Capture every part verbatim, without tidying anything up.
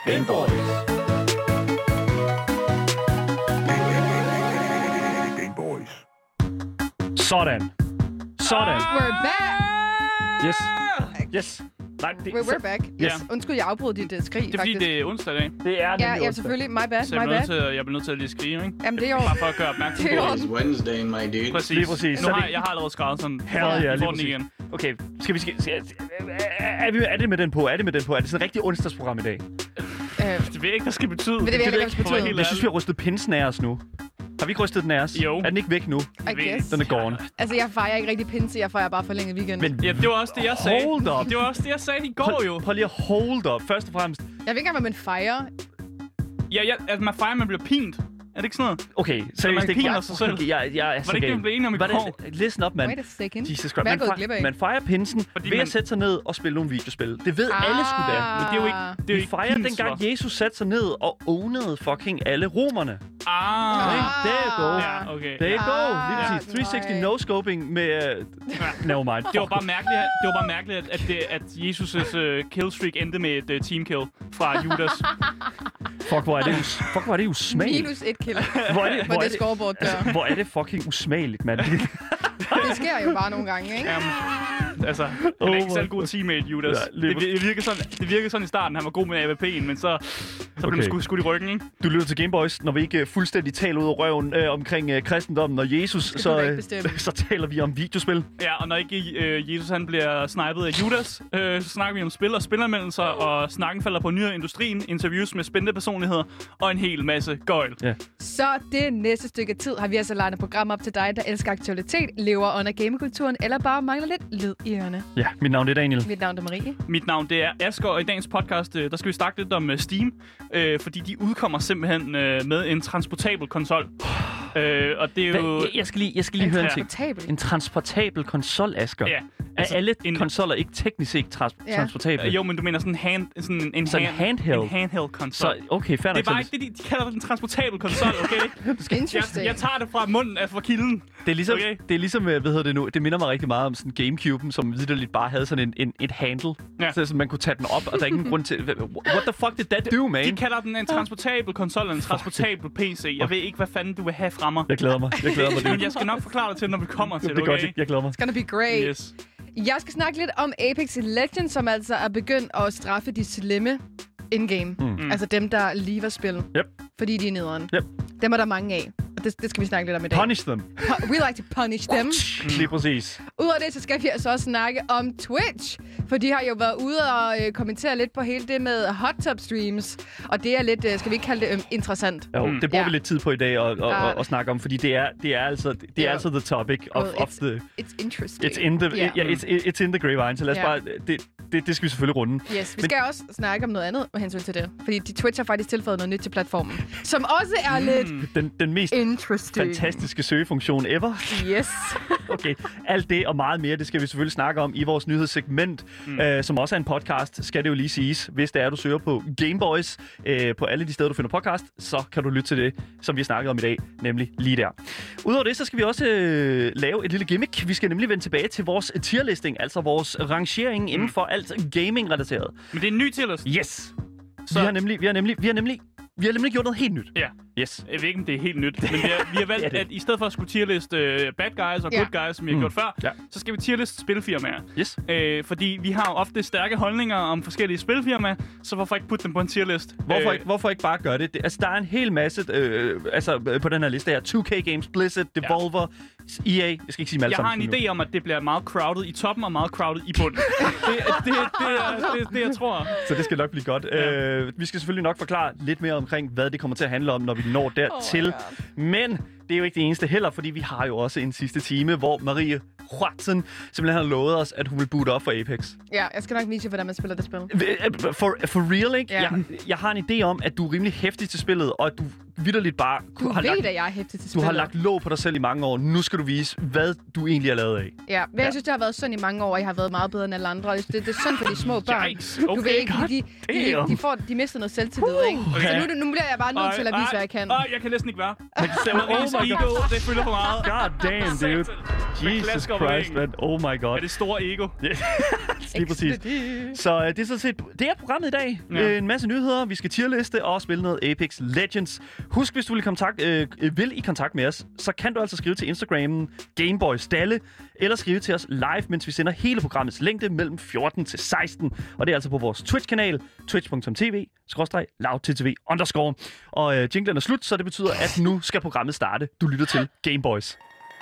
Gameboys. Sådan. Sådan. We're back! Yes. Yes. Nej, det, We're, we're back. Yes. Undskyld, jeg afbrød dit uh, skrig, Det er fordi, faktisk. det er onsdag i dag. Det er Ja, nemlig ja, onsdag. selvfølgelig. My bad, Så jeg my bliver, nødt bad. til, at- jeg bliver nødt til at lige skrive, ikke? Jamen, det er jo... Bare for at gøre opmærksom Det er på jo- det. It's Wednesday, my dude. Præcis. Lige præcis. Nu Så har det- jeg, jeg har allerede skrevet sådan. Hell yeah, vi lige får den præcis. igen. Okay, skal vi... Skal, skal, er, vi, er det med den på? Er det med den på? Er det sådan et rigtigt onsdagsprogram i dag? Øh, Det ved jeg ikke, hvad skal betyde. Men det ved jeg ved ikke, hvad det for at være betyder. helt Jeg synes, vi ærlig. har rystet pinsen af os nu. Har vi ikke rystet den af os? Jo. Er den ikke væk nu? I guess. Den er gone. Altså, jeg fejrer ikke rigtig pinse, jeg fejrer bare forlænget weekend. Men Ja, det var også det, jeg sagde. hold up. Det var også det, jeg sagde i går Prøv, jo. prøv lige at hold up. Først og fremmest. Jeg ved ikke engang, hvad man fejrer. Ja, ja, at man fejrer, man bliver pint. Er det ikke sådan noget? Okay, seriøst man ikke. piner Jeg, sig selv. jeg, jeg, jeg er så Var det ikke det, gal. vi blev enige om i Var det- går? Listen up, man. Wait a second. Jesus Christ. Hvad er Man, gået fej- glip af? man fejrer pinsen Fordi ved man- at sætte sig ned og spille nogle videospil. Det ved alle sgu da. Ah. Men det er jo ikke... Det er jo Vi ikke fejrer pinsler. dengang Jesus satte sig ned og ownede fucking alle romerne. Ah. There you go. Ja, okay. There you go. Ah, Lige præcis. tre seks nul nej. no-scoping med... Uh... Never mind. Det var bare mærkeligt, at, det var bare mærkeligt, at, at, det, at Jesus' uh, killstreak endte med et uh, teamkill fra Judas. Fuck, hvor er det, us- fuck, hvor er det usmageligt. Minus et kill. Hvor er det, Hvor hvor er det det, scoreboard der. hvor er det fucking usmageligt, mand. Det sker jo bare nogle gange, ikke? Um, altså, han er Oh ikke my særlig god teammate, Judas. Ja, lige det, det, virkede sådan, det virkede sådan i starten, han var god med A W P'en, men så, så blev Okay. han skudt, skudt i ryggen, ikke? Du lytter til Gameboys, når vi ikke uh, fuldstændig taler ud af røven uh, omkring uh, kristendommen og Jesus, skal du så, da ikke uh, bestemme. så taler vi om videospil. Ja, og når ikke øh, Jesus han bliver snipet af Judas, øh, så snakker vi om spil og spilanmeldelser, og snakken falder på nyere industrien, interviews med spændende personligheder og en hel masse gøjl. Ja. Så det næste stykke tid har vi altså lagt et program op til dig, der elsker aktualitet, lever under gamekulturen, eller bare mangler lidt lyd i ørerne. Ja, mit navn er Daniel. Mit navn er Marie. Mit navn det er Asger, og i dagens podcast, øh, der skal vi snakke lidt om øh, Steam, øh, fordi de udkommer simpelthen øh, med en transportabel konsol. Øh, og det er jo... Hva? Jeg, jeg skal lige, jeg skal lige høre en ting. Transportabel. En transportabel konsol, Asger. Ja, Er altså, alle en- konsoller ikke teknisk set trans- Ja. transportable? Øh, jo, men du mener sådan en, hand, sådan en, Sådan en handheld? En handheld konsol. Så okay, fair Det er nok. bare Så ikke det, de, de kalder det en transportabel konsol, okay? jeg, Interesting. jeg tager det fra munden af fra kilden. det er ligesom, Okay. det er ligesom, hvad hedder det nu? Det minder mig rigtig meget om sådan Gamecube'en, som vidderligt bare havde sådan en, en et handle, Ja. så sådan, man kunne tage den op, og der er ingen grund til. What the fuck did that do, man? De kalder den en transportabel konsol, en transportabel P C. Jeg ved ikke, hvad fanden du vil have fra mig. Jeg glæder mig. Jeg glæder mig. Men Det, jeg skal nok forklare det til, når vi kommer til det det, er okay? godt. Jeg glæder mig. It's gonna be great. Yes. Jeg skal snakke lidt om Apex Legends, som altså er begyndt at straffe de slemme in-game. Mm. Altså dem, der lever spil. Yep. Fordi de er nederen. Yep. Dem er der mange af. Og det, det skal vi snakke lidt om i dag. Punish them. Pu- We like to punish them. Lige præcis. Udover det, så skal vi altså også snakke om Twitch. For de har jo været ude og øh, kommentere lidt på hele det med hot tub streams. Og det er lidt, øh, skal vi ikke kalde det, øh, interessant. Jo, Mm. det bruger Ja. vi lidt tid på i dag at, at, Ja. at, at snakke om, fordi det er, det er altså, det er Ja. altså the topic of, Well, of the... It's interesting. It's in the, Ja. yeah, it's, it's in the grapevine, så lad os Ja. bare... Det, det, det skal vi selvfølgelig runde. Yes, vi Men- skal også snakke om noget andet med hensyn til det. Fordi de Twitch har faktisk tilføjet noget nyt til platformen. Som også er lidt Den, den mest interesting. fantastiske søgefunktion ever. Yes. Okay, alt det og meget mere, det skal vi selvfølgelig snakke om i vores nyhedssegment, mm. øh, som også er en podcast, skal det jo lige siges. Hvis det er, du søger på Gameboys øh, på alle de steder, du finder podcast, så kan du lytte til det, som vi har snakket om i dag, nemlig lige der. Udover det, så skal vi også øh, lave et lille gimmick. Vi skal nemlig vende tilbage til vores tierlisting, altså vores rangering mm. inden for alt gaming-relateret. Men det er en ny til os. Yes! Så- Vi har nemlig, vi har nemlig, vi har nemlig, vi har nemlig gjort noget helt nyt. Ja. Yes. Jeg ved ikke, om det er helt nyt, men vi har, vi har valgt, Det er det. at i stedet for at skulle tierliste uh, bad guys og Ja. good guys, som vi har Mm. gjort før, Ja. så skal vi tierliste spilfirmaer. Yes. Øh, fordi vi har jo ofte stærke holdninger om forskellige spilfirmaer, så hvorfor ikke putte dem på en tierlist? Hvorfor, Øh, ikke, hvorfor ikke bare gøre det? det? Altså, der er en hel masse øh, altså, øh, på den her liste her. to K Games, Blizzard, Devolver, E A. Jeg skal ikke sige dem alle Jeg sammen. har en nu. idé om, at det bliver meget crowded i toppen og meget crowded i bunden. det, det, det, det, er, det er det, jeg tror. Så det skal nok blive godt. Ja. Øh, vi skal selvfølgelig nok forklare lidt mere omkring, hvad det kommer til at handle om, når vi når dertil. Oh Men det er jo ikke det eneste heller, fordi vi har jo også en sidste time, hvor Marie Watson simpelthen har lovet os, at hun vil boote op for Apex. Ja, jeg skal nok vise jer, hvordan man spiller det spil. For, for real, ikke? Ja. Jeg, jeg har en idé om, at du er rimelig hæftig til spillet, og at du vitterligt bare... Du har ved, lagt, at jeg er hæftig til du spillet. har lagt låg på dig selv i mange år. Nu skal du vise, hvad du egentlig er lavet af. Ja, men jeg synes, det har været synd i mange år, og jeg har været meget bedre end alle andre. Det, det er synd for de små børn. Yikes. Du Okay, ved ikke, de, de, de, damn. de, får, de mister noget selvtillid, ikke? Så nu, nu bliver jeg bare nødt til at vise, hvad jeg kan. Åh, jeg kan næsten ikke være. Men, Jeg vil lige my ego, det fylder for meget. God damn, dude. Jesus Christ, man. Oh my god. Er det store ego? Lige præcis. Så øh, det er sådan set, det er programmet i dag. Ja. Øh, en masse nyheder, vi skal tierliste og spille noget Apex Legends. Husk, hvis du vil, kontakt, øh, vil i kontakt med os, så kan du altså skrive til Instagrammen Gameboys Dalle, eller skrive til os live, mens vi sender hele programmets længde mellem fjorten til seksten. Og det er altså på vores Twitch-kanal, twitch punktum tv skråstreg loudttv underscore. Og øh, jinglen er slut, så det betyder, at nu skal programmet starte. Du lytter til Gameboys.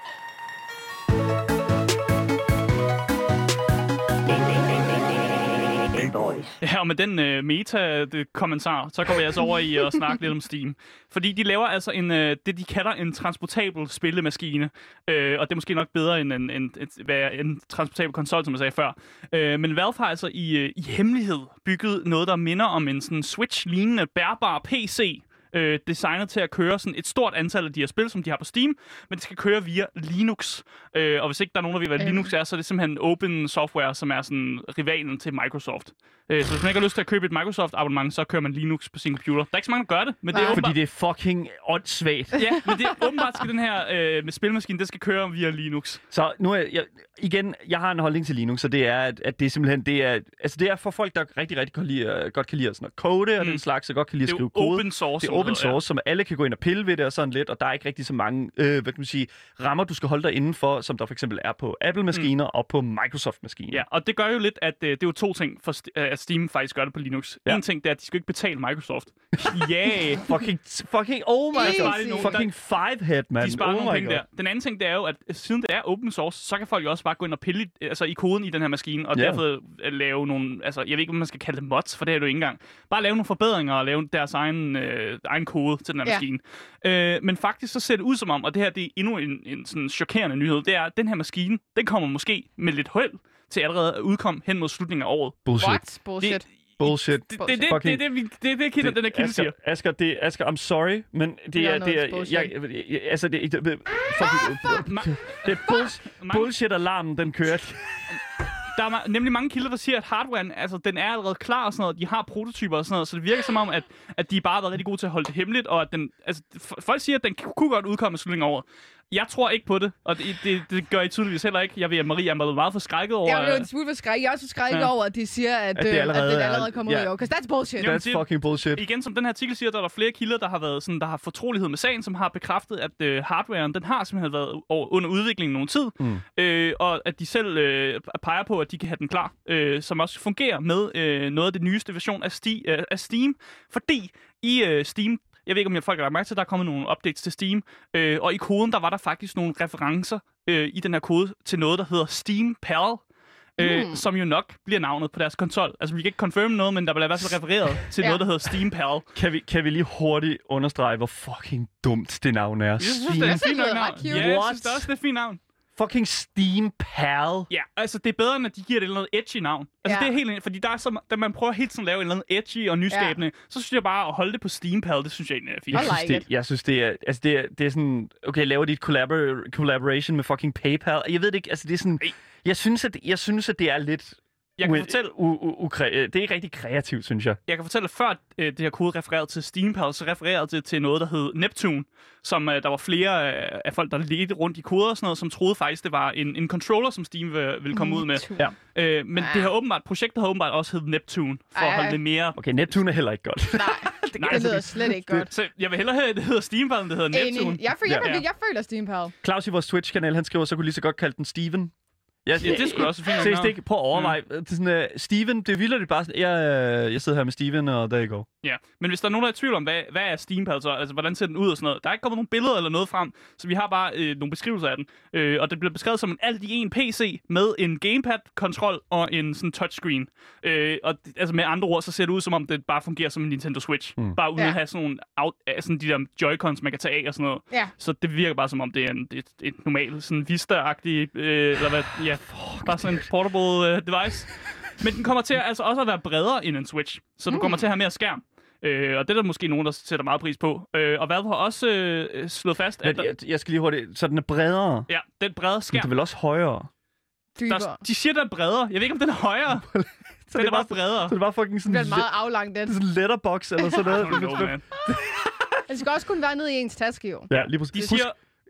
Ja, og med den øh, meta-kommentar, så går vi altså over i at snakke lidt om Steam. Fordi de laver altså en, øh, det, de kalder en transportabel spillemaskine. Øh, og det er måske nok bedre end en, en, en, en transportabel konsol, som jeg sagde før. Øh, men Valve har altså i, øh, i hemmelighed bygget noget, der minder om en sådan Switch-lignende bærbar P C. Øh, designet til at køre sådan et stort antal af de her spil, som de har på Steam, men det skal køre via Linux. Øh, og hvis ikke der er nogen, der ved, hvad øh. Linux er, så er det simpelthen open software, som er sådan rivalen til Microsoft. Øh, så hvis man ikke har lyst til at købe et Microsoft-abonnement, så kører man Linux på sin computer. Der er ikke så mange, der gør det, men det er åbenbart... Fordi det er fucking åndssvagt. Ja, men det er åbenbart skal den her øh, med spilmaskinen, det skal køre via Linux. Så nu er jeg... Igen, jeg har en holdning til Linux, så det er, at, at det er simpelthen... Det er, altså det er for folk, der rigtig, rigtig godt, lide, godt kan lide at, sådan at code og mm. den slags, og godt kan lide at skrive kode. Open source. Det er open source, ja. Som alle kan gå ind og pille ved det og sådan lidt, og der er ikke rigtig så mange øh, hvad kan man sige, rammer, du skal holde dig indenfor, som der for eksempel er på Apple-maskiner mm. og på Microsoft-maskiner. Ja, og det gør jo lidt, at øh, det er jo to ting, for, at Steam faktisk gør det på Linux. Ja. En ting, det er, at de skal ikke betale Microsoft. Yeah! fucking, fucking, oh my god. Nogen, fucking five-head, man. De sparer oh nogle penge god. der. Den anden ting, det er jo, at siden det er open source, så kan folk jo også bare gå ind og pille altså, i koden i den her maskine, og yeah. derfor lave nogle, altså jeg ved ikke, om man skal kalde det mods, for det er det jo ikke engang. Bare lave nogle forbedringer og lave deres egen, øh, egen kode til den her yeah. maskine. Øh, men faktisk så ser det ud som om, og det her det er endnu en, en sådan chokerende nyhed, det er, at den her maskine, den kommer måske med lidt held til allerede at udkomme hen mod slutningen af året. Bullshit. What? Bullshit. Det, Bullshit. Det er det, det, det, det, det, det, det, det, den der kilde siger. Asger, det, Asger, I'm sorry, men det er... Det er, jeg, jeg, altså, det, det, det, fucking, det er bullshit, bullshit-alarmen, den kører. Der er nemlig mange kilder, der siger, at hardwaren, altså, den er allerede klar og sådan noget. De har prototyper og sådan noget, så det virker som om, at, at de bare har været rigtig gode til at holde det hemmeligt, og at den, altså, folk siger, at den kunne godt udkomme i slutningen af året. Jeg tror ikke på det, og det, det, det gør I tydeligvis heller ikke. Jeg ved, at Marie er meget forskrækket over... Jeg er jo en smule forskrækket. Jeg er også forskrækket ja. over, at de siger, at, at, det, allerede, at det allerede kommer yeah. ud i år. Because that's bullshit. That's fucking bullshit. Igen, som den her artikel siger, der er der flere kilder, der har været sådan, der har fortrolighed med sagen, som har bekræftet, at øh, hardwaren, den har simpelthen været under udvikling nogen tid, mm. øh, og at de selv øh, peger på, at de kan have den klar, øh, som også fungerer med øh, noget af det nyeste version af, Sti- øh, af Steam, fordi i øh, Steam, jeg ved ikke, om jeg folk har lagt mærke til, at der er kommet nogle updates til Steam. Øh, og i koden, der var der faktisk nogle referencer øh, i den her kode til noget, der hedder Steam Pal. Øh, mm. Som jo nok bliver navnet på deres konsol. Altså, vi kan ikke confirme noget, men der bliver i hvert fald refereret til ja. noget, der hedder Steam Pal. Kan vi, kan vi lige hurtigt understrege, hvor fucking dumt det navn er? Jeg synes, det er et fint navn. Ja, jeg synes det er også, det er et fint navn. Fucking Steam Pal. Ja, altså det er bedre, end at de giver det et eller andet edgy navn. Altså ja. det er helt... Fordi der er så, da man prøver helt sådan at lave et eller andet edgy og nyskabende, ja. så synes jeg bare at holde det på Steam Pal, det synes jeg egentlig er fint. Jeg synes, det, jeg synes, det er... Altså det er, det er sådan... Okay, laver de et collabor- collaboration med fucking PayPal? Jeg ved det ikke, altså det er sådan... Jeg synes, at, jeg synes, at det er lidt... Jeg kan fortælle, u- u- ukre- det er ikke rigtig kreativt, synes jeg. Jeg kan fortælle, at før øh, det her kode refererede til Steam, så refererede det til noget, der hed Neptune, som øh, der var flere øh, af folk, der ledte rundt i koder og sådan noget, som troede faktisk, det var en, en controller, som Steam ville, ville komme ud med. Ja. Øh, men ah. det her åbenbart, projektet har åbenbart også heddet Neptune, for Ej. at holde det mere... Okay, Neptune er heller ikke godt. Nej, det, Nej, det lyder slet ikke godt. Så jeg vil hellere have, at det hedder Steam Pal, end det hedder Neptune. Jeg, jeg, jeg, jeg, jeg føler Steam Pal. Claus i vores Twitch-kanal, han skriver, så kunne lige så godt kalde den Steven. Ja, ja, det skulle også fint. Seriøst ikke. Prøv at overveje. Mm. Det er sådan, uh, Steven, det vildt det bare sådan, jeg, jeg sidder her med Steven, og der I går. Ja, men hvis der er nogen, der er i tvivl om, hvad, hvad er Steam Pal så? Altså, hvordan ser den ud og sådan noget? Der er ikke kommet nogen billeder eller noget frem, så vi har bare øh, nogle beskrivelser af den. Øh, og det bliver beskrevet som en alt i en P C med en gamepad-kontrol og en sådan touchscreen. Øh, og altså med andre ord, så ser det ud som om, det bare fungerer som en Nintendo Switch. Mm. Bare uden ja. at have sådan nogle out, sådan de der Joy-Cons, man kan tage af og sådan noget. Ja. Så det virker bare som om, det er en, et, et normalt sådan Vista-agtig, øh, eller hvad, ja, bare sådan en portable øh, device. Men den kommer til at, altså også at være bredere end en Switch, så du mm. kommer til at have mere skærm. Øh, og det er der måske nogen, der sætter meget pris på. Øh, og Valve har også øh, slået fast, at... Jeg, jeg skal lige hurtigt... Så den er bredere? Ja, den bredere skærm. Men den er vel også højere? Der, de siger, den er bredere. Jeg ved ikke, om den er højere. så den det er, er bare bredere. Så det er bare fucking sådan... Det er meget aflang, den. Sådan en letterbox eller sådan noget. know, det skal også kunne være nede i ens taske, jo. Ja, lige præcis. De siger,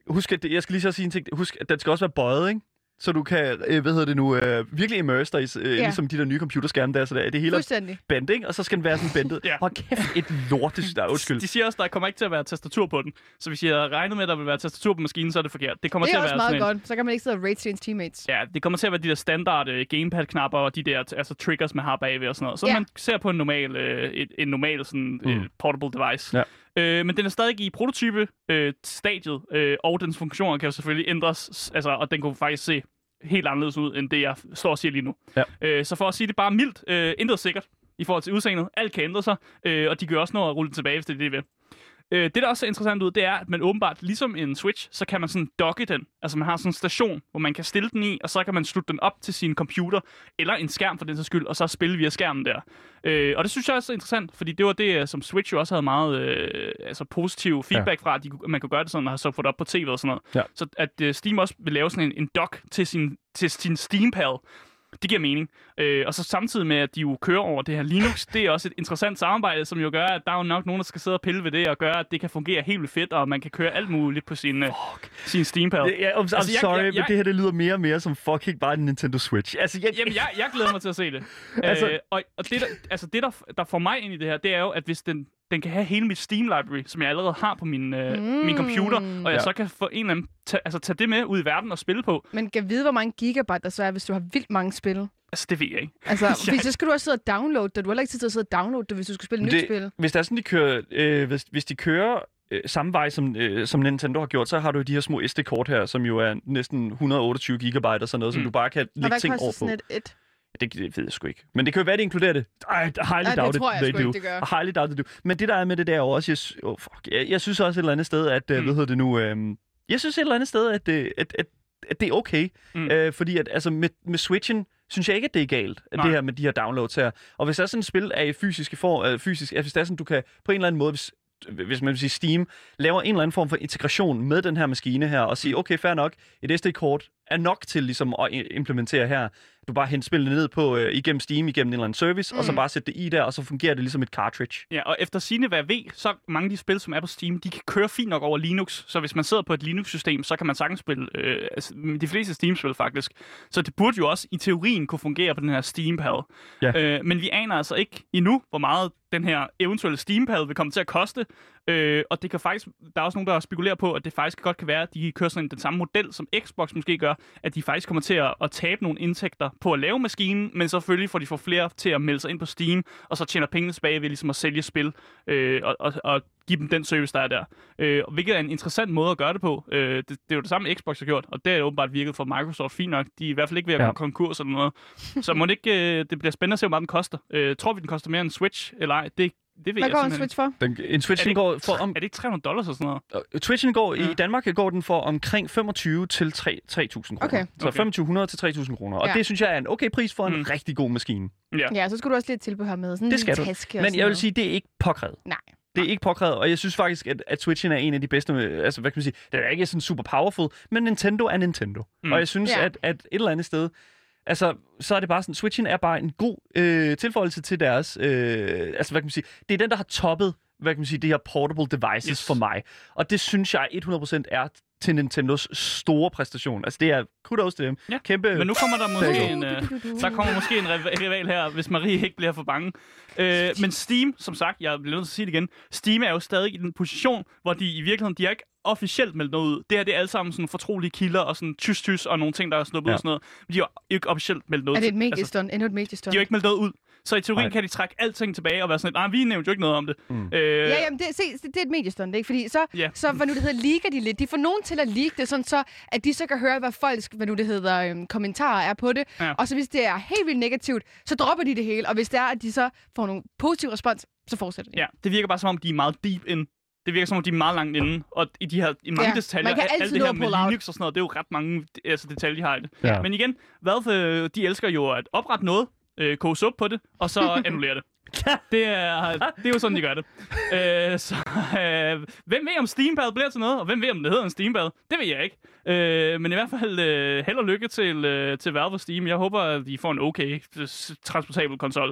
husk, at det, jeg skal lige så sige en ting. Husk, at den skal også være bøjet, ikke? Så du kan, øh, hvad hedder det nu, øh, virkelig immerse dig i, øh, ja. ligesom de der nye computerskærme der, så der, det hele er bændt, ikke? Og så skal den være sådan bændet. ja. Hold kæft, et lort, det er undskyld. De siger også, der kommer ikke til at være tastatur på den. Så hvis jeg regner med, at der vil være tastatur på maskinen, så er det forkert. Det kommer det til er at også være meget sådan godt. Så kan man ikke sidde og rate sine teammates. Ja, det kommer til at være de der standard uh, gamepad-knapper og de der altså triggers, man har bagved og sådan noget. Så ja. man ser på en normal, uh, et, en normal sådan, mm. uh, portable device. Ja. Uh, men den er stadig i prototype-stadiet, uh, uh, og dens funktioner kan jo selvfølgelig ændres, altså, og den kunne faktisk se helt anderledes ud, end det, jeg står og siger lige nu. Ja. Øh, så for at sige det bare mildt, øh, intet sikkert i forhold til udseendet. Alt kan ændre sig, øh, og de kan også nå at rulle tilbage, hvis det er det, de vil. Øh, det, der også er interessant ud, det er, at man åbenbart, ligesom en Switch, så kan man sådan dokke den. Altså man har sådan en station, hvor man kan stille den i, og så kan man slutte den op til sin computer, eller en skærm for den sags skyld, og så spille via skærmen der. Øh, og det synes jeg også er interessant, fordi det var det, som Switch jo også havde meget øh, altså positiv feedback ja. fra, at de, man kunne gøre det sådan, og så få det op på tv og sådan noget. Ja. Så at øh, Steam også vil lave sådan en, en dock til sin, til sin Steam-pad, det giver mening. Øh, og så samtidig med, at de jo kører over det her Linux, det er også et interessant samarbejde, som jo gør, at der er jo nok nogen, der skal sidde og pille ved det, og gøre, at det kan fungere helt vildt fedt, og man kan køre alt muligt på sin, uh, sin Steam-pad. Ja, I'm, I'm altså, sorry, jeg, jeg, men det her det lyder mere og mere som fucking bare en Nintendo Switch. Altså, jeg... Jamen, jeg, jeg glæder mig til at se det. altså, øh, og og det, der, altså, det der, der får mig ind i det her, det er jo, at hvis den, den kan have hele mit Steam-library, som jeg allerede har på min, øh, mm. min computer, og jeg ja. så kan få en eller anden, ta, altså, tage det med ud i verden og spille på. Men kan vide, hvor mange gigabyte der så er, hvis du har vildt mange spil? Altså, det ved jeg ikke. Altså, fordi så skal du også sidde og downloade det. Du har heller ikke tid til at sidde og downloade det, hvis du skal spille et nyt spil. Hvis det er sådan, de kører, øh, hvis, hvis de kører øh, samme vej, som, øh, som Nintendo har gjort, så har du de her små S D-kort her, som jo er næsten et hundrede og otteogtyve gigabyte og sådan noget, mm. som du bare kan lægge ting over på. Sådan et, et? Det, det ved jeg sgu ikke. Men det kan jo være, det inkluderer det. Ej, highly Ej, doubt det tror jeg it, sgu ikke, det gør. Highly doubt it. Men det der er med det der også, jeg, oh, fuck, jeg, jeg synes også et eller andet sted, at, mm. hvad hedder det nu, øh, jeg synes et eller andet sted, at, at, at, at, at det er okay. Mm. Øh, fordi at, altså, med, med Switchen, synes jeg ikke, at det er galt, at det her med de her downloads her. Og hvis der er sådan et spil af fysiske form, øh, fysisk, altså hvis der er sådan, du kan på en eller anden måde, hvis, hvis man vil sige Steam, laver en eller anden form for integration med den her maskine her, og sige, okay, fair nok, et S D-kort er nok til ligesom at implementere her. Du bare henter spillet ned på øh, igennem Steam, igennem en eller anden service, mm. og så bare sætte det i der, og så fungerer det ligesom et cartridge. Ja, og efter sigende, hvad jeg ved, så mange af de spil, som er på Steam, de kan køre fint nok over Linux. Så hvis man sidder på et Linux-system, så kan man sagtens spille øh, altså, de fleste Steam-spil faktisk. Så det burde jo også i teorien kunne fungere på den her Steam-pad. Ja. Øh, men vi aner altså ikke endnu, hvor meget den her eventuelle Steam-pad vil komme til at koste. Øh, og det kan faktisk, der er også nogen, der spekulerer på, at det faktisk godt kan være, at de kører sådan den samme model, som Xbox måske gør, at de faktisk kommer til at, at tabe nogle indtægter på at lave maskinen, men selvfølgelig får de får flere til at melde sig ind på Steam, og så tjener pengene tilbage ved ligesom at sælge spil, øh, og, og, og give dem den service, der er der. Øh, hvilket er en interessant måde at gøre det på. Øh, det, det er jo det samme, Xbox har gjort, og det er åbenbart virket for Microsoft fint nok. De er i hvert fald ikke ved at gå ja. konkurs eller noget. Så må det ikke, øh, det bliver spændende at se, hvor meget den koster. Øh, tror vi, den koster mere end Switch, eller ej? Det Det ved Hvad jeg går en Switch for? Den, en Switch er det, går for om... Er det ikke tre hundrede dollars eller sådan noget? Uh, Switchen går, ja. i Danmark går den for omkring femogtyve til tre tusind kroner. Okay. Så okay. femogtyve hundrede til tre tusind kroner. Og ja. det synes jeg er en okay pris for en mm. rigtig god maskine. Ja. ja, så skulle du også lidt tilbehør med. Sådan det skal en du. Men jeg vil sige, det er ikke påkrævet. Nej. Det er ikke påkrævet, og jeg synes faktisk, at, at Switchen er en af de bedste, altså hvad kan man sige, det er ikke sådan super powerful, men Nintendo er Nintendo. Mm. Og jeg synes, ja. at, at et eller andet sted, altså, så er det bare sådan, Switchen er bare en god øh, tilføjelse til deres, øh, altså hvad kan man sige, det er den, der har toppet, hvad kan man sige, det her portable devices yes. for mig. Og det synes jeg hundrede procent er til Nintendos store præstation. Altså det er kudos til dem. Ja. Kæmpe. Men nu kommer der måske en, øh, så kommer måske en rival her, hvis Marie ikke bliver for bange. Øh, men Steam, som sagt, jeg bliver nødt til at sige det igen, Steam er jo stadig i den position, hvor de i virkeligheden, de har ikke officielt meldt noget ud. Det her, det er alle sammen sådan fortrolige kilder og sådan tys-tys og nogle ting, der er snuppet ja. og sådan noget. Men de har jo ikke officielt meldt noget ud. Er det et mediestund? Altså, endnu et mediestund? De har jo ikke meldt noget ud. Så i teorien Nej. kan de trække alting tilbage og være sådan, nej, vi nævnte jo ikke noget om det. Mm. Øh, ja, jamen, det, se, det er et mediestund, ikke? Fordi så, yeah. så hvad nu det hedder, leaker de lidt. De får nogen til at leak det, sådan så, at de så kan høre, hvad folks, hvad nu det hedder, øhm, kommentarer er på det. Ja. Og så hvis det er helt vildt negativt, så dropper de det hele. Og hvis det er, at de så får nogle positiv respons, så fortsætter de. Ja, det virker bare som om, de er meget deep in. Det virker som om, de er meget langt inde, og i de her i mange ja, detaljer, alt det her med Linux og sådan noget, det er jo ret mange altså, detaljer, de har i det. Ja. Men igen, Valve, de elsker jo at oprette noget, øh, koge suppe på det, og så annullere det. Det er, det er jo sådan, de gør det. Øh, så øh, hvem ved, om Steampad bliver til noget, og hvem ved, om det hedder en Steampad? Det ved jeg ikke. Øh, men i hvert fald øh, held og lykke til, øh, til Valve og Steam. Jeg håber, at de får en okay transportabel konsol.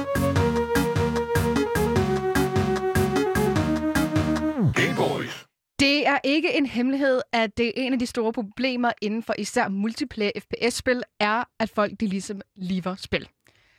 Game Boys. Det er ikke en hemmelighed, at det er en af de store problemer inden for især multiplayer F P S-spil, er, at folk de ligesom lever spil.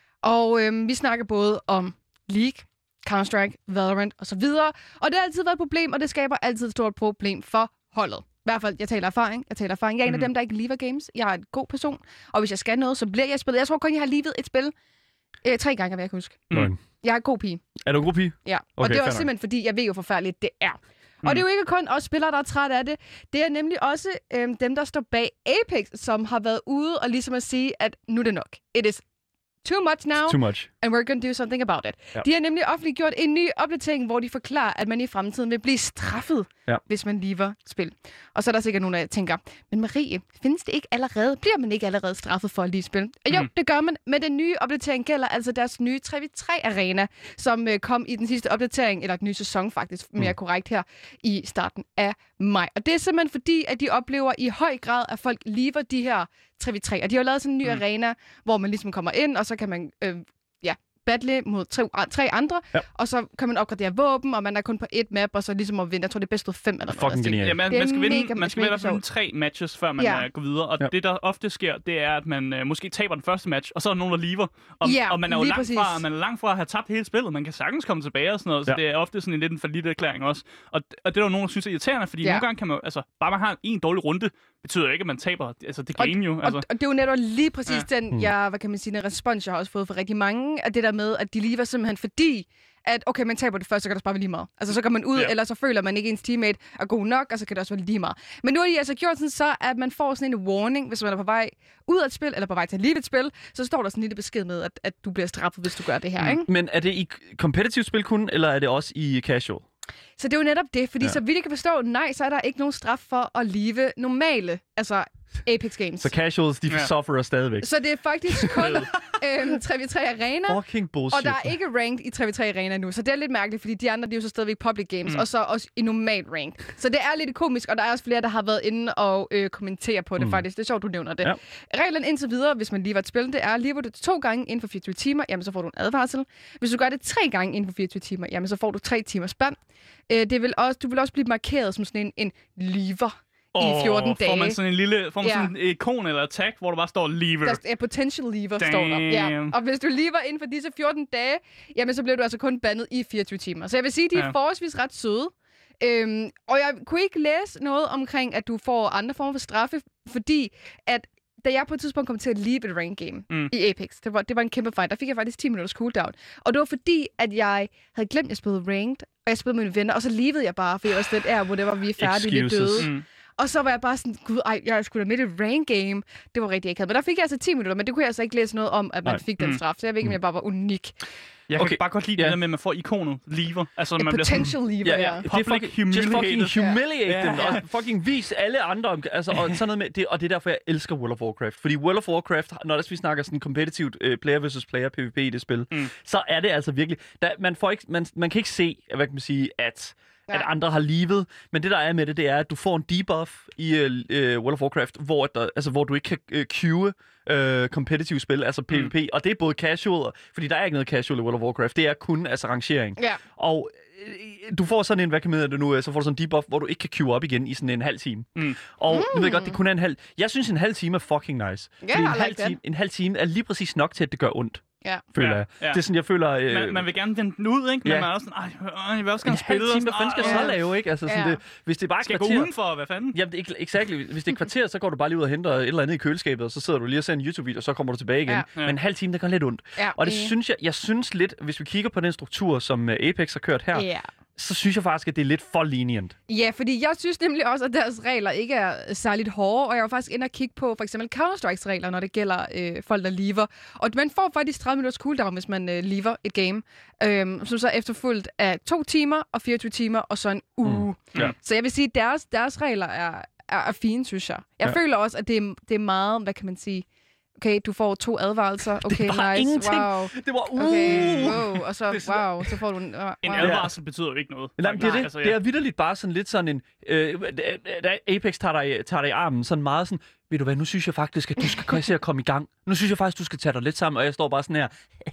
Og øhm, vi snakker både om League, Counter-Strike, Valorant osv. Og det har altid været et problem, og det skaber altid et stort problem for holdet. I hvert fald, jeg taler erfaring. Jeg taler erfaring. Jeg er mm. en af dem, der ikke lever games. Jeg er en god person, og hvis jeg skal noget, så bliver jeg spillet. Jeg tror kun, jeg har levet et spil øh, tre gange, hvad jeg kan huske. Mm. Jeg er en god pige. Er du en god pige? Ja, okay, og det var simpelthen, nok. fordi jeg ved jo forfærdeligt, det er. Mm. Og det er jo ikke kun os spillere, der er træt af det. Det er nemlig også øhm, dem, der står bag Apex, som har været ude og ligesom at sige, at nu er det nok. It is too much now, too much. and we're going to do something about it. Ja. De har nemlig offentliggjort en ny opdatering, hvor de forklarer, at man i fremtiden vil blive straffet, ja. hvis man lever spil. Og så er der sikkert nogen, der tænker, men Marie, findes det ikke allerede? Bliver man ikke allerede straffet for at lige spil? Og jo, mm. det gør man, men den nye opdatering gælder altså deres nye tre v tre-arena, som øh, kom i den sidste opdatering, eller den nye sæson faktisk, mere mm. korrekt her, i starten af maj. Og det er simpelthen fordi, at de oplever i høj grad, at folk lever de her tre v tre. Og de har jo lavet sådan en ny mm. arena, hvor man ligesom kommer ind, og så kan man øh, ja, battle mod tre, tre andre, ja. og så kan man opgradere våben, og man er kun på et map, og så ligesom at vinde. Jeg tror, det er bedst ud fem eller noget. Fucking genialt. Ja, man, man skal vinde, mega, man skal vinde, vinde tre matches, før man ja. går videre. Og ja. det, der ofte sker, det er, at man øh, måske taber den første match, og så er der nogen, der lever. Og, ja, og man er jo langt fra, man er langt fra at have tabt hele spillet. Man kan sagtens komme tilbage og sådan noget, så ja. det er ofte sådan en lidt en forlidt erklæring også. Og, og det er der nogen, der synes er irriterende, fordi ja. nogle gange kan man altså bare man har en dårlig runde, betyder ikke, at man taber altså det game jo. Altså. Og, og det er jo netop lige præcis ja. den, jeg, hvad kan man sige, den respons, jeg har også fået fra rigtig mange, af det der med, at de lever simpelthen fordi, at okay, man taber det først, så kan det bare være lige meget. Altså så går man ud, ja. eller så føler man ikke, ens teammate er god nok, og så kan det også være lige meget. Men nu har de altså gjort sådan så, at man får sådan en warning, hvis man er på vej ud af et spil, eller på vej til at leve et spil, så står der sådan en lille besked med, at, at du bliver straffet, hvis du gør det her, mm. ikke? Men er det i competitive spil kun, eller er det også i casual? Så det er jo netop det, fordi ja. så vidt jeg kan forstå, nej, så er der ikke nogen straf for at leve normale, altså Apex Games. Så casuals, de ja. sufferer stadigvæk. Så det er faktisk kun øhm, tre v tre Arena, fucking bullshit. Og der er ikke ranked i tre v tre Arena nu, så det er lidt mærkeligt, fordi de andre, de er jo så stadigvæk public games, mm. og så også i normal ranked. Så det er lidt komisk, og der er også flere, der har været inde og øh, kommentere på det mm. faktisk. Det er sjovt, du nævner det. Ja. Reglen indtil videre, hvis man lige var et spil, det er, lever du to gange inden for fireogtyve timer, jamen så får du en advarsel. Hvis du gør det tre gange inden for fireogtyve timer, jamen så får du tre timers spam. Øh, det vil også, du vil også blive markeret som sådan en, en lever. I fjorten dage. Får man sådan en lille, får man ja. sådan en ikon eller et tag, hvor der bare står lever. Der er potential lever, Damn. står der. Ja. Og hvis du lever inden for disse fjorten dage, jamen så bliver du altså kun bandet i fireogtyve timer. Så jeg vil sige, at de er ja. forholdsvis ret søde. Øhm, og jeg kunne ikke læse noget omkring, at du får andre former for straffe, fordi at da jeg på et tidspunkt kom til at leave et rank game mm. i Apex, det var, det var en kæmpe fight, der fik jeg faktisk ti minutters cooldown. Og det var fordi, at jeg havde glemt, at jeg spillede ranked, og jeg spillede med mine venner, og så levede jeg bare, for jeg var sådan lidt, ja, hvor det var, vi er færdige, vi døde. Mm. Og så var jeg bare sådan, gud, ej, jeg skulle da med et rank game. Det var rigtig akavet. Men der fik jeg altså ti minutter, men det kunne jeg altså ikke læse noget om, at man Nej. fik den straf. Så jeg ved ikke, om jeg bare var unik. Jeg kan okay. bare godt lide yeah. det der med, at man får ikonet lever. Altså, man bliver potential sådan, lever, ja. ja. Det er fucking humiliate, fucking humiliate yeah. dem, og fucking vis alle andre om, altså, og sådan noget med det, og det er derfor, jeg elsker World of Warcraft. Fordi World of Warcraft, når der vi snakker sådan competitive uh, player versus player P V P i det spil, mm. så er det altså virkelig, der, man, får ikke, man, man kan ikke se, hvad kan man sige, at at andre har levet, men det der er med det, det er, at du får en debuff i uh, World of Warcraft, hvor, der, altså, hvor du ikke kan uh, queue uh, competitive spil, altså P V P, mm. og det er både casual, fordi der er ikke noget casual i World of Warcraft, det er kun altså rangering. Ja. Og du får sådan en, hvad kan man det nu, så får du sådan en debuff, hvor du ikke kan queue op igen i sådan en halv time. Mm. Og mm. nu ved jeg godt, det kun er en halv. Jeg synes, en halv time er fucking nice. Yeah, en, like halv time, en halv time er lige præcis nok til, at det gør ondt. Ja. Føler jeg. Ja, ja. Det er sådan, jeg føler... Øh... Man, man vil gerne vende den ud, ikke? Men ja. man er også sådan, ej, jeg vil også gerne spille. En halv time, hvad fanden skal du så lave, ikke? Altså, sådan ja. det, hvis det er bare skal kvarter... gå udenfor, hvad fanden? Jamen, det er exakt. Hvis det er kvarter, så går du bare lige ud og henter et eller andet i køleskabet, og så sidder du lige og ser en YouTube-video, og så kommer du tilbage igen. Ja. Ja. Men en halv time, det gør lidt ondt. Ja. Og det synes jeg, jeg synes lidt, hvis vi kigger på den struktur, som Apex har kørt her, ja. så synes jeg faktisk, at det er lidt for lenient. Ja, fordi jeg synes nemlig også, at deres regler ikke er særligt hårde, og jeg var faktisk inde og kigge på for eksempel Counter-Strikes regler, når det gælder øh, folk, der lever. Og man får faktisk tredive minutters cooldown, hvis man øh, lever et game, øh, som så er efterfulgt af to timer og fireogtyve timer og så en uge. Mm. Ja. Så jeg vil sige, at deres, deres regler er, er, er fine, synes jeg. Jeg ja. føler også, at det er, det er meget, hvad kan man sige... Okay, du får to advarelser. Okay, det var nice. Ingenting. Wow. Det var uh. Okay, wow. Og så, wow, så får du en... Wow. En advarsel betyder jo ikke noget. Nej, det, er det. Altså, ja. det er vitterligt bare sådan lidt sådan en... Øh, da Apex tager dig, tager dig i armen, sådan meget sådan... Ved du hvad, nu synes jeg faktisk, at du skal se at komme i gang. Nu synes jeg faktisk, du skal tage dig lidt sammen, og jeg står bare sådan her...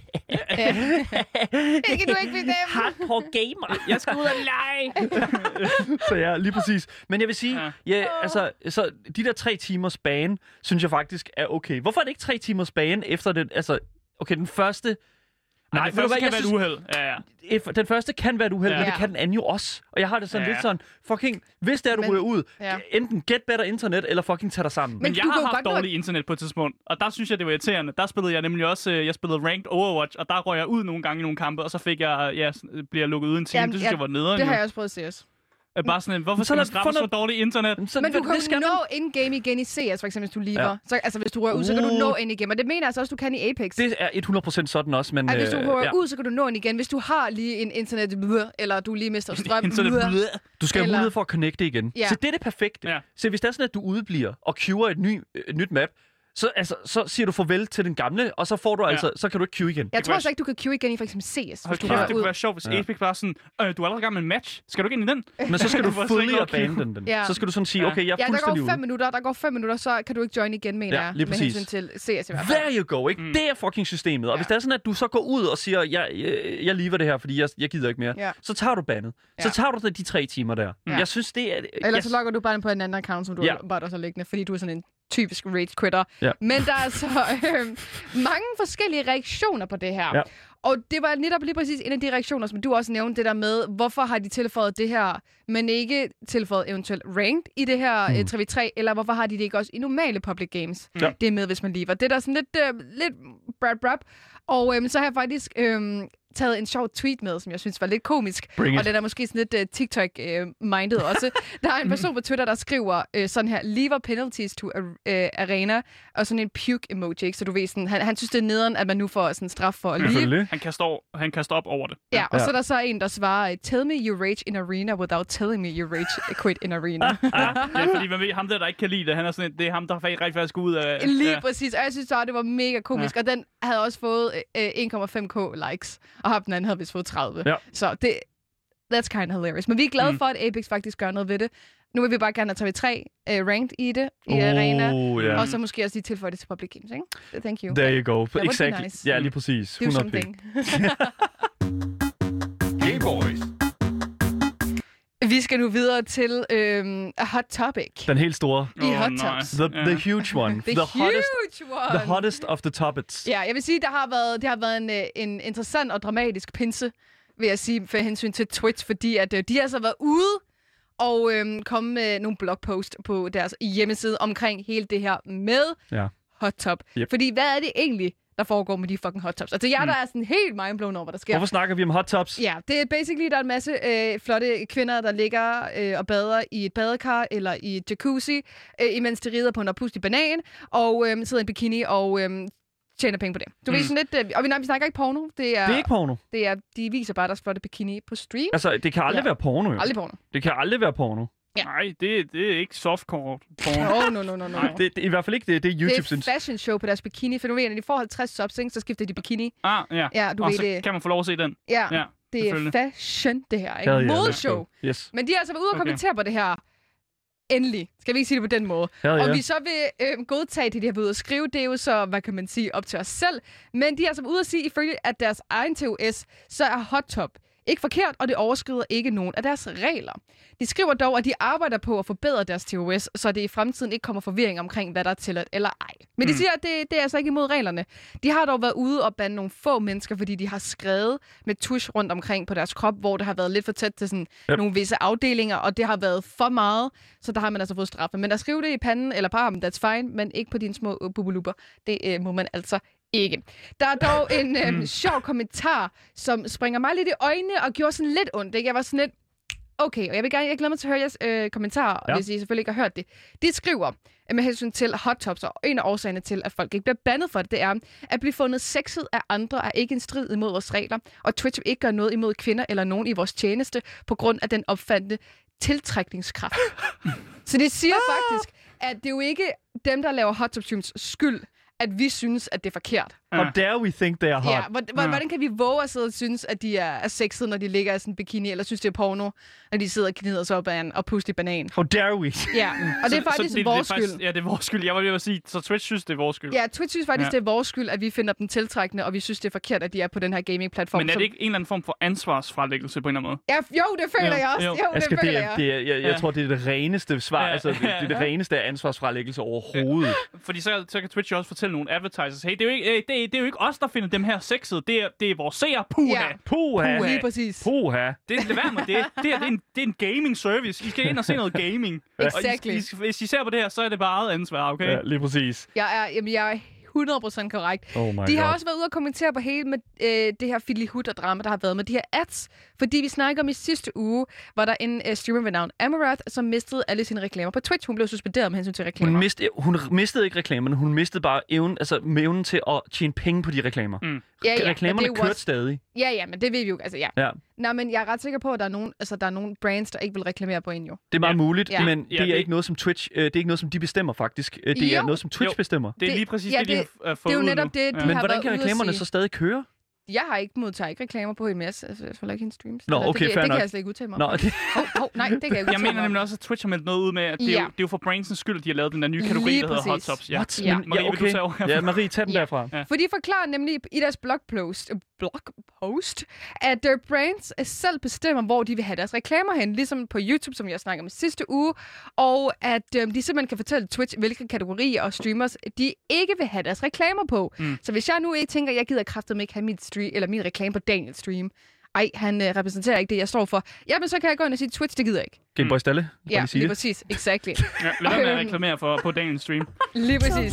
Det kan du ikke bestemme. Hardcore gamer. Jeg skal ud og lege. Så ja, lige præcis. Men jeg vil sige, ja. Ja, altså, så de der tre timers bane, synes jeg faktisk er okay. Hvorfor er det ikke tre timers bane efter den, altså, okay, den første... Nej, Nej, det første kan være et uheld. Ja, ja. Den første kan være et uheld, ja. men det kan den anden jo også. Og jeg har det sådan ja. lidt sådan, fucking, hvis det er, du men, ryger ud, ja. enten get better internet, eller fucking tage dig sammen. Men, men jeg har haft dårligt internet på et tidspunkt, og der synes jeg, det var irriterende. Der spillede jeg nemlig også, jeg spillede ranked Overwatch, og der røg jeg ud nogle gange i nogle kampe, og så fik jeg, ja, bliver lukket ud en time. Jamen, det synes ja, jeg var nederen. Det har jeg også prøvet at se. Bare sådan, hvorfor skal man straffe så dårligt internet? Så, men du kan jo nå in-game igen i C S, for eksempel, hvis du lever. Ja. Så, altså, hvis du rører ud, så kan du nå ind igen. Og det mener jeg altså også, du kan i Apex. Det er hundrede procent sådan også, men... Altså, hvis du rører ja. ud, så kan du nå ind igen. Hvis du har lige en internet... Eller du lige mister strøm... Du skal have mulighed for at connecte igen. Ja. Så det er det perfekte. Ja. Så hvis det er sådan, at du udebliver og queuer et, ny, et nyt map, Så, altså, så siger du farvel til den gamle, og så får du ja. altså, så kan du ikke queue igen. Jeg tror også ikke, du kan queue igen i for eksempel C S. Hold kæft, det kunne være sjovt, hvis ja. Apex bare sådan, øh, du er allerede i gang med en match. Skal du ikke ind i den? Men så skal du fully abandon den. Ja. Så skal du sådan sige, okay, jeg er fuldstændig ude. Ja, der går fem minutter, der går fem minutter, så kan du ikke join igen, mener jeg. Ja, lige præcis. Med hensyn til C S i hvert fald. There you go, ikke? Mm. Det er fucking systemet. Og ja. hvis det er sådan, at du så går ud og siger, jeg, jeg, jeg lever det her, fordi jeg, jeg gider ikke mere, ja. så tager du bandet. Ja. Så tager du de tre timer der. Ja. Jeg synes, det er... Eller så logger du bare på en anden account, som du ja. bare også liggende, fordi du er sådan en typisk rage quitter. Ja. Men der er altså øh, mange forskellige reaktioner på det her. Ja. Og det var netop lige præcis en af de reaktioner, som du også nævnte, det der med, hvorfor har de tilføjet det her, men ikke tilføjet eventuelt ranked i det her mm. tre v tre, eller hvorfor har de det ikke også i normale public games? Ja. Det er med, hvis man lever. Det er der sådan lidt, øh, lidt brap brap. Og øh, så har jeg faktisk... Øh, taget en sjov tweet med, som jeg synes var lidt komisk. Og den er måske sådan lidt uh, TikTok-minded uh, også. Der er en person på Twitter, der skriver uh, sådan her, lever penalties to uh, arena, og sådan en puke-emoji, ikke? Så du ved sådan, han, han synes, det er nederen, at man nu får sådan en straf for at leve. Han kaster, over, han kaster op over det. Ja, og ja. så er der så en, der svarer, tell me you rage in arena without telling me you rage quit in arena. Ja, fordi man ved, ham der, der ikke kan lide det, han er sådan, det er ham, der rigtig faktisk skal ud af... Lige ja. præcis, og jeg synes så, det var mega komisk, ja. og den havde også fået uh, en komma fem k likes. Og ham den anden havde vist fået tredive. Ja. Så det, that's kind of hilarious. Men vi er glade mm. for, at Apex faktisk gør noget ved det. Nu vil vi bare gerne have tre v tre uh, ranked i det, i oh, Arena. Yeah. Og så måske også lige tilføje det til Public Games, ikke? Thank you. There you go. That exactly. Nice. Ja, lige præcis. Do something. Hey boys. Vi skal nu videre til øhm, a hot topic. Den helt store. I oh, hot tops. The, the huge one. the, the huge hottest, one. The hottest of the topics. Ja, jeg vil sige, der har været, det har været en, en interessant og dramatisk pinse, vil jeg sige, for hensyn til Twitch, fordi at, de har altså været ude og øhm, komme med nogle blogpost på deres hjemmeside omkring hele det her med ja. hot top. Yep. Fordi hvad er det egentlig, der foregår med de fucking hot tops? Altså jeg mm. der er sådan helt mindblown over, hvad der sker. Hvorfor snakker vi om hot tops? Ja, det er basically, der er en masse øh, flotte kvinder, der ligger øh, og bader i et badekar eller i et jacuzzi, øh, imens de rider på en oppustig banan, og øh, sidder i en bikini og øh, tjener penge på det. Du mm. ved sådan lidt, øh, og vi, nej, vi snakker ikke porno. Det er, det er ikke porno. Det er, de viser bare deres flotte bikini på stream. Altså, det kan aldrig ja. være porno, jo. Aldrig porno. Det kan aldrig være porno. Ja. Nej, det, det er ikke softcore porno. Oh, no, no, no, no. Det, det, I hvert fald ikke det, det er YouTube. Det er et fashion show på deres bikini, for nu ved jeg, når de får halvtreds subs, så skifter de bikini. Ah, ja. Ja, du og ved så det. Kan man få lov at se den. Ja, ja det er fashion, det her, ikke? Ja, ja, modeshow. Yes. Men de har altså været ude og kommentere okay. på det her. Endelig. Skal vi ikke sige det på den måde? Ja, ja. Og vi så vil øh, godtage det, de har været ude at skrive, det er jo så, hvad kan man sige, op til os selv. Men de har altså været ude at sige, ifølge at deres egen T O S, så er hot top ikke forkert, og det overskrider ikke nogen af deres regler. De skriver dog, at de arbejder på at forbedre deres T O S, så det i fremtiden ikke kommer forvirring omkring, hvad der er tilladt eller ej. Men de siger, at det, det er altså ikke imod reglerne. De har dog været ude og bande nogle få mennesker, fordi de har skrevet med tusch rundt omkring på deres krop, hvor det har været lidt for tæt til sådan yep. nogle visse afdelinger, og det har været for meget, så der har man altså fået straffe. Men at skrive det i panden eller på armen, that's fine, men ikke på dine små uh, bubbeluber. Det øh, må man altså ikke. Der er dog en øhm, sjov kommentar, som springer mig lidt i øjnene og gjorde sådan lidt ondt. Ikke? Jeg var sådan lidt, okay, og jeg vil gerne, jeg glæder mig til at høre jeres øh, kommentarer, ja. hvis I selvfølgelig ikke har hørt det. De skriver med hensyn til hot tops, og en af årsagerne til, at folk ikke bliver bandet for det, det er, at blive fundet sexet af andre er ikke en strid imod vores regler, og Twitch vil ikke gøre noget imod kvinder eller nogen i vores tjeneste, på grund af den opfandte tiltrækningskraft. Så det siger faktisk, at det er jo ikke dem, der laver hot top streams skyld, at vi synes, at det er forkert. How dare we think they are hot? Ja, hvordan, hvordan kan vi våge at sidde og synes, at de er, er sexede, når de ligger i sådan en bikini, eller synes, det er porno, når de sidder og knider sig op af en og puster i banan? How dare we? Ja, og det er faktisk så, så det, det vores er faktisk, skyld. Ja, det er vores skyld. Jeg var lige ved at sige, så Twitch synes, det er vores skyld. Ja, Twitch synes faktisk, ja. det er vores skyld, at vi finder dem tiltrækkende, og vi synes, det er forkert, at de er på den her gaming-platform. Men er det som... ikke en eller anden form for ansvarsfralæggelse på en eller anden måde? Ja, jo, det føler ja. jeg også. Jo, jo det Asger, føler det er, jeg. Det er, jeg, jeg ja. tror, det er det reneste svar. Ja. Altså, det, det er det reneste ansvarsfralæggelse overhovedet. Ja. Fordi så, så kan Twitch også fortælle nogle advertisers, hey, det er jo ikke, det er, det er jo ikke os, der finder dem her sexede. Det er, det er vores seere. Puha. Ja. Puha. Lige præcis. Puha. Det, det, med det. Det, er, det, er en, det er en gaming service. I skal ind og se noget gaming. Exactly. Og I, I, hvis I ser på det her, så er det bare eget ansvar, okay? Ja, lige præcis. Jeg er, jamen, jeg er hundrede procent korrekt. Oh my de har God. også været ude og kommentere på hele med, øh, det her fiddly-hut-drama, der har været med de her ads. Fordi vi snakker om i sidste uge, var der en øh, streamer ved navn Amouranth, som mistede alle sine reklamer på Twitch. Hun blev suspenderet med hensyn til reklamer. Hun, mistede, hun mistede ikke reklamerne, hun mistede bare evnen, altså evnen til at tjene penge på de reklamer. Mm. Ja, ja, reklamerne kørte også... stadig. Ja, ja, men det ved vi jo. Altså, ja. ja. Nå, men jeg er ret sikker på, at der er nogle, altså, der er nogle brands, der ikke vil reklamere på en jo. Det er meget ja. muligt, ja. men ja, det er det... ikke noget, som Twitch, øh, det er ikke noget, som de bestemmer faktisk. Det jo. er noget, som Twitch jo. bestemmer. Det er lige præcis ja, det, de har fået. Det er jo netop det, de ja. Men har hvordan kan reklamerne så stadig køre? Jeg har ikke modtaget ikke reklamer på en masse, altså jeg får ikke hendes streams. Nå, okay, det, fair det nok. kan jeg slet ikke udtale mig Nå, om. okay. oh, oh, nej, det kan jeg ikke Jeg mener nemlig også, at Twitch har meldt noget ud med, at det, ja. er, jo, det er jo for brandsens skyld, at de har lavet den der nye kategori, lige der hedder præcis. Hot Tops. Ja. What? Ja. Marie, ja, okay. vil du tage over herfra? Ja, Marie, tag den ja. derfra. Ja. For de forklarer nemlig i deres blogpost, blogpost at their brands selv bestemmer, hvor de vil have deres reklamer hen, ligesom på YouTube, som jeg snakkede om sidste uge, og at øhm, de simpelthen kan fortælle Twitch, hvilke kategorier og streamers de ikke vil have deres reklamer på. Mm. Så hvis jeg nu ikke tænker, at jeg gider kraftedeme ikke have mit stream, eller min reklame på Daniels stream, ej, han øh, repræsenterer ikke det, jeg står for. Jamen, så kan jeg gå ind og sige, Twitch, det gider jeg ikke. Gameboy Stalle? Ja, lige det. præcis. Exactly. Ja, lad være med at reklamere for, på Daniels stream. Lige præcis.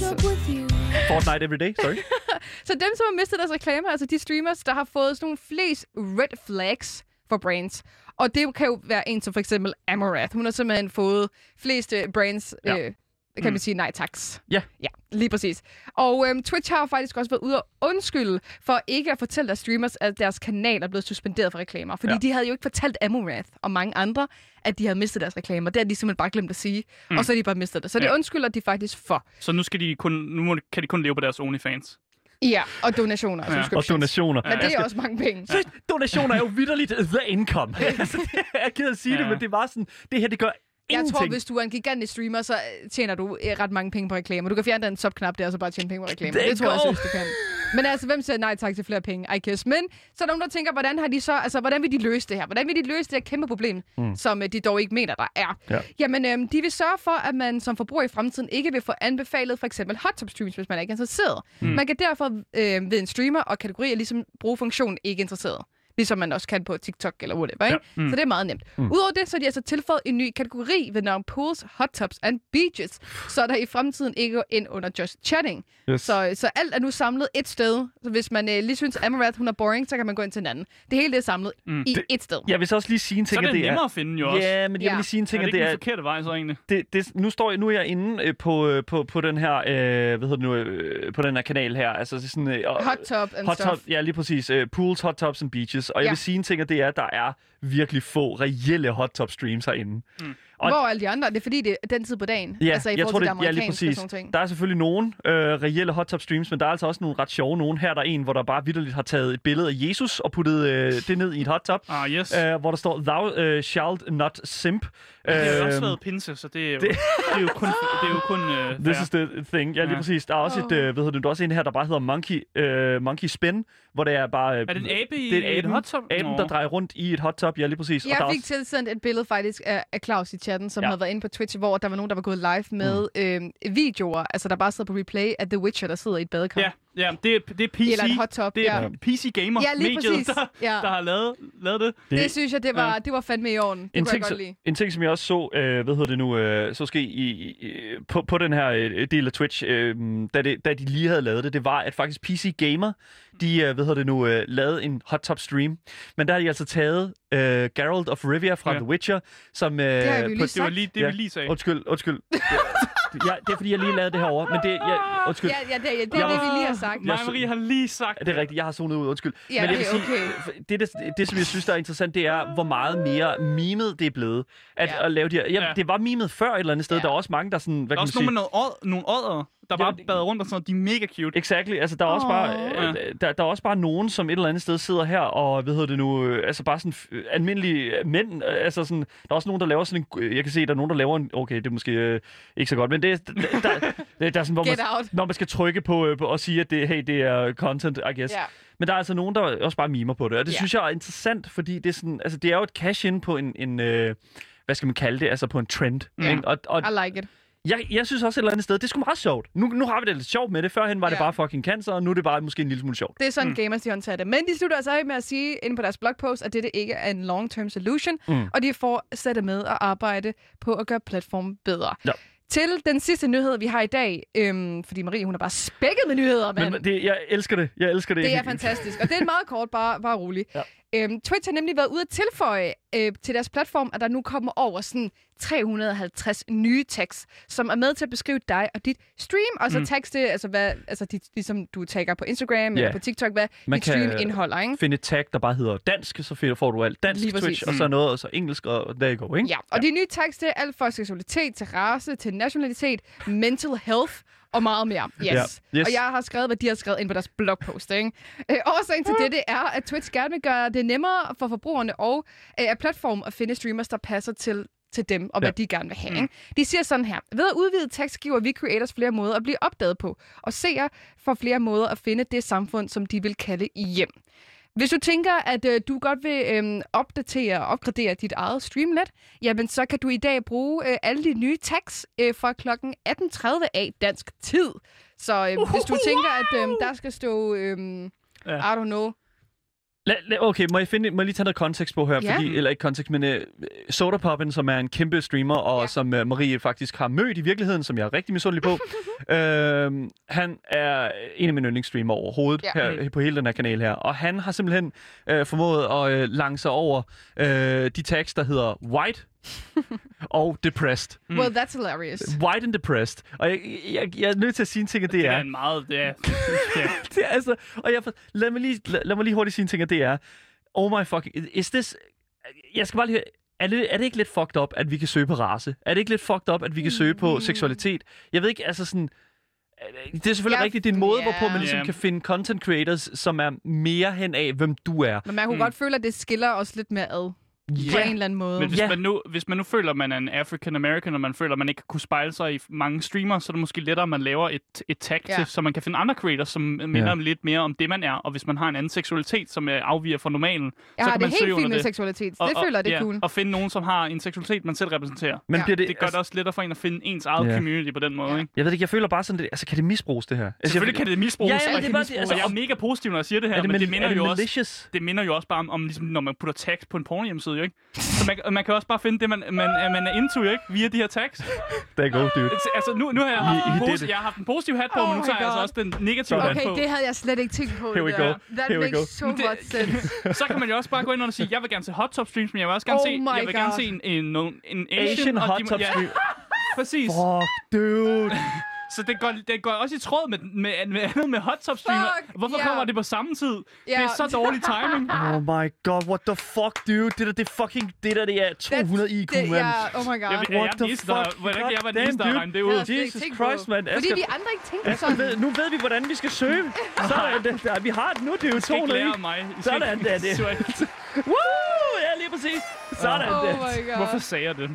Fortnite every day, sorry. Så dem, som har mistet deres reklamer, altså de streamers, der har fået sådan nogle flest red flags for brands. Og det kan jo være en som for eksempel Amouranth. Hun har simpelthen fået flest brands... Ja. Øh, kan man sige nej taks. Ja. Ja, lige præcis. Og øhm, Twitch har faktisk også været ude og undskylde for ikke at fortælle deres streamers, at deres kanal er blevet suspenderet for reklamer. Fordi ja. de havde jo ikke fortalt Amouranth og mange andre, at de havde mistet deres reklamer. Det har de simpelthen bare glemt at sige. Mm. Og så har de bare mistet det. Så det ja. undskylder de faktisk for. Så nu, skal de kun, nu må, kan de kun leve på deres OnlyFans. Ja, og donationer. Ja. Og donationer. Men det er også mange penge. Så donationer er jo vitterligt the income. Altså, det er jeg ked at sige ja. det, men det var sådan, det her, det gør Jeg ingenting. tror, hvis du er en gigantisk streamer, så tjener du ret mange penge på reklamer. Du kan fjerne den subknap der, og så bare tjene penge på reklamer. Det, det tror jeg, jeg synes, du kan. Men altså, hvem siger nej tak til flere penge? I guess. Men så er der nogen, der tænker, hvordan har de så, altså, hvordan vil de løse det her? Hvordan vil de løse det her kæmpe problem, mm. som de dog ikke mener, der er? Ja. Jamen, øhm, de vil sørge for, at man som forbruger i fremtiden ikke vil få anbefalet for eksempel hot top streams, hvis man ikke er interesseret. Mm. Man kan derfor øh, ved en streamer og kategorier ligesom bruge funktionen ikke interesseret. Ligesom man også kan på TikTok eller whatever, ikke? Ja. Mm. Så det er meget nemt. Mm. Udover det, så er de altså tilføjet en ny kategori ved navn Pools, Hot Tops and Beaches, så der i fremtiden ikke går ind under just chatting. Yes. Så, så alt er nu samlet et sted. Så hvis man øh, lige synes, Amouranth, hun er boring, så kan man gå ind til en anden. Det hele det er samlet mm. i det, et sted. Jeg vil så også lige sige en ting, så er det, det nemmere er... at finde jo også. Ja, men jeg vil lige sige en ting, er det, det er... det er den forkerte vej så egentlig? Det, det, nu står jeg, nu er jeg inde øh, på, øh, på, på den her, øh, hvad hedder det nu, øh, på den her kanal her. Altså sådan... Øh, hot top and hot stuff. Top, ja, lige præcis. Øh, pools, Hot Tops and Beaches. Og jeg ja. vil sige en ting, det er, at der er virkelig få reelle hot top streams herinde. Mm. Og hvor er alle de andre? Det er fordi, det er den tid på dagen. Ja, altså i jeg tror, til det er lige præcis. Der er selvfølgelig nogen øh, reelle hot top streams, men der er altså også nogle ret sjove nogen. Her er der en, hvor der bare vitterligt har taget et billede af Jesus og puttet øh, det ned i et hot top. Ah, yes. øh, hvor der står, thou øh, shalt not simp. Ja, det har jo også været pinse, så det er jo, det, det er jo kun... Det er jo kun uh, This is the thing. Ja, lige ja. præcis. Der er også oh. et, øh, hvad hedder det, der er også en her, der bare hedder Monkey, øh, Monkey Spin, hvor det er bare... Øh, er det en abe i det er et hot top? Aben, der drejer rundt i et hot top, ja, lige præcis. Jeg og fik også... tilsendt et billede faktisk af, af Claus i chatten, som ja. havde været inde på Twitch, hvor der var nogen, der var gået live med mm. øh, videoer, altså der bare sidder på replay af The Witcher, der sidder i et badekar. Ja. Ja, det er, det er P C. Eller et hot top, det er ja. P C Gamer ja, mediet, der, ja. der har lavet, lavet det. det. Det synes jeg, det var, ja. det var fandme i orden. Det en, kunne ting, jeg godt lide. En ting, som jeg også så, øh, hvad hedder det nu, øh, så ske i, i, på, på den her øh, del af Twitch, øh, da, det, da de lige havde lavet det, det var, at faktisk P C Gamer, de, øh, hvad hedder det nu, øh, lavede en hot top stream. Men der har de altså taget øh, Geralt of Rivia fra ja. The Witcher, som... Øh, det har vi lige på, sagt. Det var lige det, ja. vi lige sagde. Undskyld, undskyld. Ja, det er fordi, jeg lige lavede det herovre, men det... Jeg, undskyld. Ja, ja, det, ja, det er det, vi lige har sagt. Maja Marie har lige sagt det. Det er rigtigt, jeg har zonet ud, undskyld. Ja, men jeg vil okay, sige, okay. Det, det, det, som jeg synes, der er interessant, det er, hvor meget mere mimet det er blevet. At, ja. at lave de her... Ja, det var mimet før et eller andet sted. Ja. Der er også mange, der sådan... Hvad der er kan også man nogle med noget åd, nogle ådder. der bare bader rundt og sådan noget. De er mega cute. Exactly. Altså, der er, også bare, øh, der, der er også bare nogen, som et eller andet sted sidder her og, hvad hedder det nu, øh, altså bare sådan øh, almindelige mænd. Øh, altså sådan, der er også nogen, der laver sådan en, jeg kan se, der er nogen, der laver en, okay, det er måske øh, ikke så godt, men det er, der, der, der, der er sådan, hvor man, når man skal trykke på, øh, på og sige, at det, hey, det er content, I guess. Yeah. Men der er altså nogen, der også bare mimer på det, og det yeah. synes jeg er interessant, fordi det er sådan, altså det er jo et cash-in på en, en øh, hvad skal man kalde det, altså på en trend. Yeah. Og, og, I like it. Jeg, jeg synes også et eller andet sted, det er sgu meget sjovt. Nu, nu har vi det lidt sjovt med det. Førhen var det yeah. bare fucking cancer, og nu er det bare måske en lille smule sjovt. Det er sådan, mm. gamers de håndterer det. Men de slutter altså af med at sige inde på deres blogpost, at dette ikke er en long-term solution, mm. og de fortsætter med at arbejde på at gøre platformen bedre. Ja. Til den sidste nyhed, vi har i dag, øhm, fordi Marie, hun er bare spækket med nyheder, mand. Men det, jeg elsker det. Jeg elsker det. Det er fantastisk, og det er meget kort, bare, bare roligt. Ja. Øhm, Twitch har nemlig været ude at tilføje øh, til deres platform, at der nu kommer over sådan tre hundrede og halvtreds nye tags, som er med til at beskrive dig og dit stream. Og så mm. tags det, altså, hvad, altså de, ligesom du tagger på Instagram yeah. eller på TikTok, hvad Man dit stream indeholder, ikke? Finde et tag, der bare hedder dansk, så får du alt dansk Twitch, mm. og så noget, og så engelsk, og there you go, ikke? Ja, og ja. de nye tags, det er alt fra seksualitet til race, til nationalitet, mental health, og meget mere. Yes. Yeah. yes. Og jeg har skrevet, hvad de har skrevet ind på deres blogpost. Ikke? Øh, årsagen til det, det er, at Twitch gerne vil gøre det nemmere for forbrugerne og øh, af platform at finde streamers, der passer til til dem, og hvad ja. de gerne vil have. Mm. Ikke? De siger sådan her: ved at udvide tekst giver vi creators flere måder at blive opdaget på, og seere får flere måder at finde det samfund, som de vil kalde hjem. Hvis du tænker, at øh, du godt vil øh, opdatere og opgradere dit eget streamlet, jamen så kan du i dag bruge øh, alle de nye tags øh, fra klokken atten tredive af dansk tid. Så øh, uh, hvis du tænker, at øh, der skal stå, øh, ja. I don't know, La, la, okay, må jeg, finde, må jeg lige tage noget kontekst på her? Ja. Fordi, eller ikke kontekst, men uh, Sodapoppen, som er en kæmpe streamer, og ja. som uh, Marie faktisk har mødt i virkeligheden, som jeg er rigtig misundelig på. uh, han er en af mine yndlingsstreamer overhovedet, ja. her, på hele den her kanal her. Og han har simpelthen uh, formået at uh, lange sig over uh, de tags, der hedder white og depressed. Mm. Well, that's hilarious. White and depressed. Og jeg, jeg, jeg er nødt til at sige en ting, at det, det er... Det er en meget... Det er, det er altså... Og jeg, lad, mig lige, lad, lad mig lige hurtigt sige en ting, at det er... Oh my fucking... Is this... Jeg skal bare lige... Er det, er det ikke lidt fucked up, at vi kan søge på race? Er det ikke lidt fucked up, at vi kan søge på seksualitet? Jeg ved ikke, altså sådan... Det er selvfølgelig ja, rigtigt, det er en måde, yeah. hvorpå man ligesom yeah. kan finde content creators, som er mere hen af, hvem du er. Men man kunne mm. godt føle, at det skiller os lidt mere ad. Ja. På en eller anden måde. Men hvis, yeah. man nu, hvis man nu føler, at man er en African-American, og man føler, at man ikke kunne spejle sig i mange streamere, så er det måske lettere, at man laver et, et tag yeah. til, så man kan finde andre creators, som minder yeah. lidt mere om det, man er. Og hvis man har en anden seksualitet, som afviger fra normalen, ja, så kan man søge under det. Ja, det er helt fint med seksualitet. Og, det og, føler jeg, det er ja, cool. Og finde nogen, som har en seksualitet, man selv repræsenterer. Men ja. det, det gør det også lettere for en at finde ens eget yeah. community på den måde. Ja. Ikke? Jeg ved ikke, jeg føler bare sådan, det, altså kan det misbruges det her? Altså, Selvfølgelig kan det misbruges. Ja, ja, og, det det misbruges. Altså, jeg er mega positiv, når jeg siger det her, det men det minder, det jo også, det minder jo også bare om, om ligesom, når man putter tags på en pornohjemmeside, ikke? Så man, man kan også bare finde det, man, man, man er into, ikke? Via de her tags. Det er godt, dude. Altså, nu, nu har jeg haft, en, posi- jeg har haft en positiv hat på, oh men nu tager jeg altså også den negative okay, hat på. Okay, det havde jeg slet ikke tænkt på. Here we go. That Here makes so much sense. Så kan man jo også bare gå ind og sige, jeg vil gerne se hot top streams, men jeg vil også gerne oh se, jeg vil gerne se en, en, en, en Asian, Asian hot top ja, stream. Præcis. Fuck, dude. Så det går, det går også i tråd med, med, med andet med hot top streamer. Fuck, Hvorfor yeah. kommer det på samme tid? Yeah. Det er så dårlig timing. Oh my god, what the fuck, dude? Det der, det er fucking, det der, det er to hundrede I Q, mand. Yeah, oh my god. Jeg, jeg, what jeg, the fuck? Der, hvordan kan jeg være den eneste, der regne det ud? Jesus Christ, man. Fordi vi andre ikke tænker sådan. Ved, nu ved vi, hvordan vi skal søge. Så er det, der, vi har det nu, det er jo to hundrede I Q. Mig. Sådan der, det. Woo! Ja, lige præcis. Sådan oh der. Oh my god. Hvorfor sagde jeg det?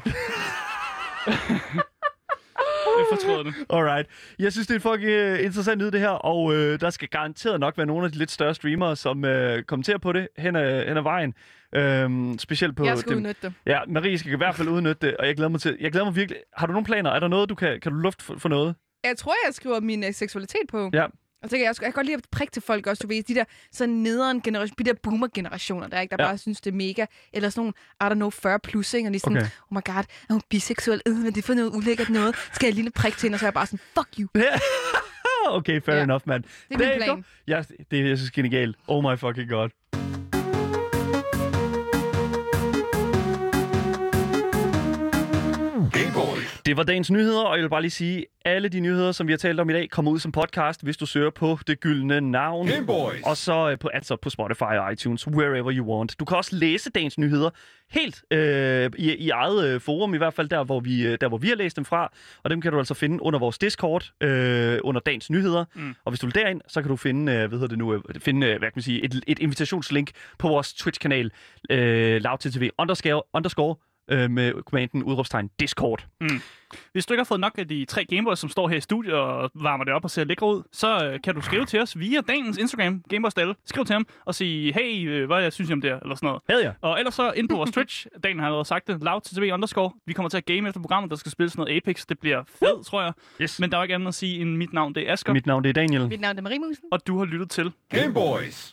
Jeg fortrød det. Alright. Jeg synes, det er fucking uh, interessant ud det her, og uh, der skal garanteret nok være nogle af de lidt større streamere, som uh, kommenterer på det hen ad, hen ad vejen. Um, specielt på jeg skal dem. udnytte det. Ja, Marie skal i hvert fald udnytte det, og jeg glæder mig til. Jeg glæder mig virkelig. Har du nogle planer? Er der noget, du kan, kan du lufte for, for noget? Jeg tror, jeg skriver min uh, seksualitet på. Ja. Og så kan jeg, jeg kan godt lide at prikke til folk også, du ved, de der sådan nederen generation, de der boomer-generationer, der, ikke, der ja. bare synes, det er mega, eller sådan nogle, I don't know, fyrre plus, ikke? Og de er sådan, okay. oh my god, er hun biseksuel, øh, men det er for noget ulækkert noget, skal jeg lige en prik til hende, og så er jeg bare sådan, fuck you. Okay, fair ja. enough, man. Det er min plan. Ja, det er, jeg synes, genialt. Oh my fucking god. Det var dagens nyheder, og jeg vil bare lige sige, alle de nyheder, som vi har talt om i dag, kommer ud som podcast, hvis du søger på Det Gyldne Navn. Gameboys. Og så på, altså på Spotify og iTunes, wherever you want. Du kan også læse dagens nyheder helt øh, i, i eget øh, forum, i hvert fald der hvor, vi, der, hvor vi har læst dem fra. Og dem kan du altså finde under vores Discord, øh, under dagens nyheder. Mm. Og hvis du vil derind, så kan du finde, øh, hvad hedder det nu, øh, finde øh, hvad kan man sige, et, et invitationslink på vores Twitch-kanal, øh, lavttv underscore, underscore øh, med kommanden udråbstegn Discord. Mm. Hvis du ikke har fået nok af de tre Gameboys, som står her i studiet og varmer det op og ser lækre ud, så øh, kan du skrive til os via dagens Instagram, Gameboys. Skriv til ham og sige, hey, øh, hvad jeg synes om det her, eller sådan noget. Hell ja. Og ellers så ind på vores Twitch, Daniel har allerede sagt det, lavttv underscore. Vi kommer til at game efter programmet, der skal spilles noget Apex. Det bliver fedt, uh. tror jeg. Yes. Men der er jo ikke andet at sige end mit navn, det er Asger. Mit navn, det er Daniel. Mit navn er Marie Musen. Og du har lyttet til Gameboys.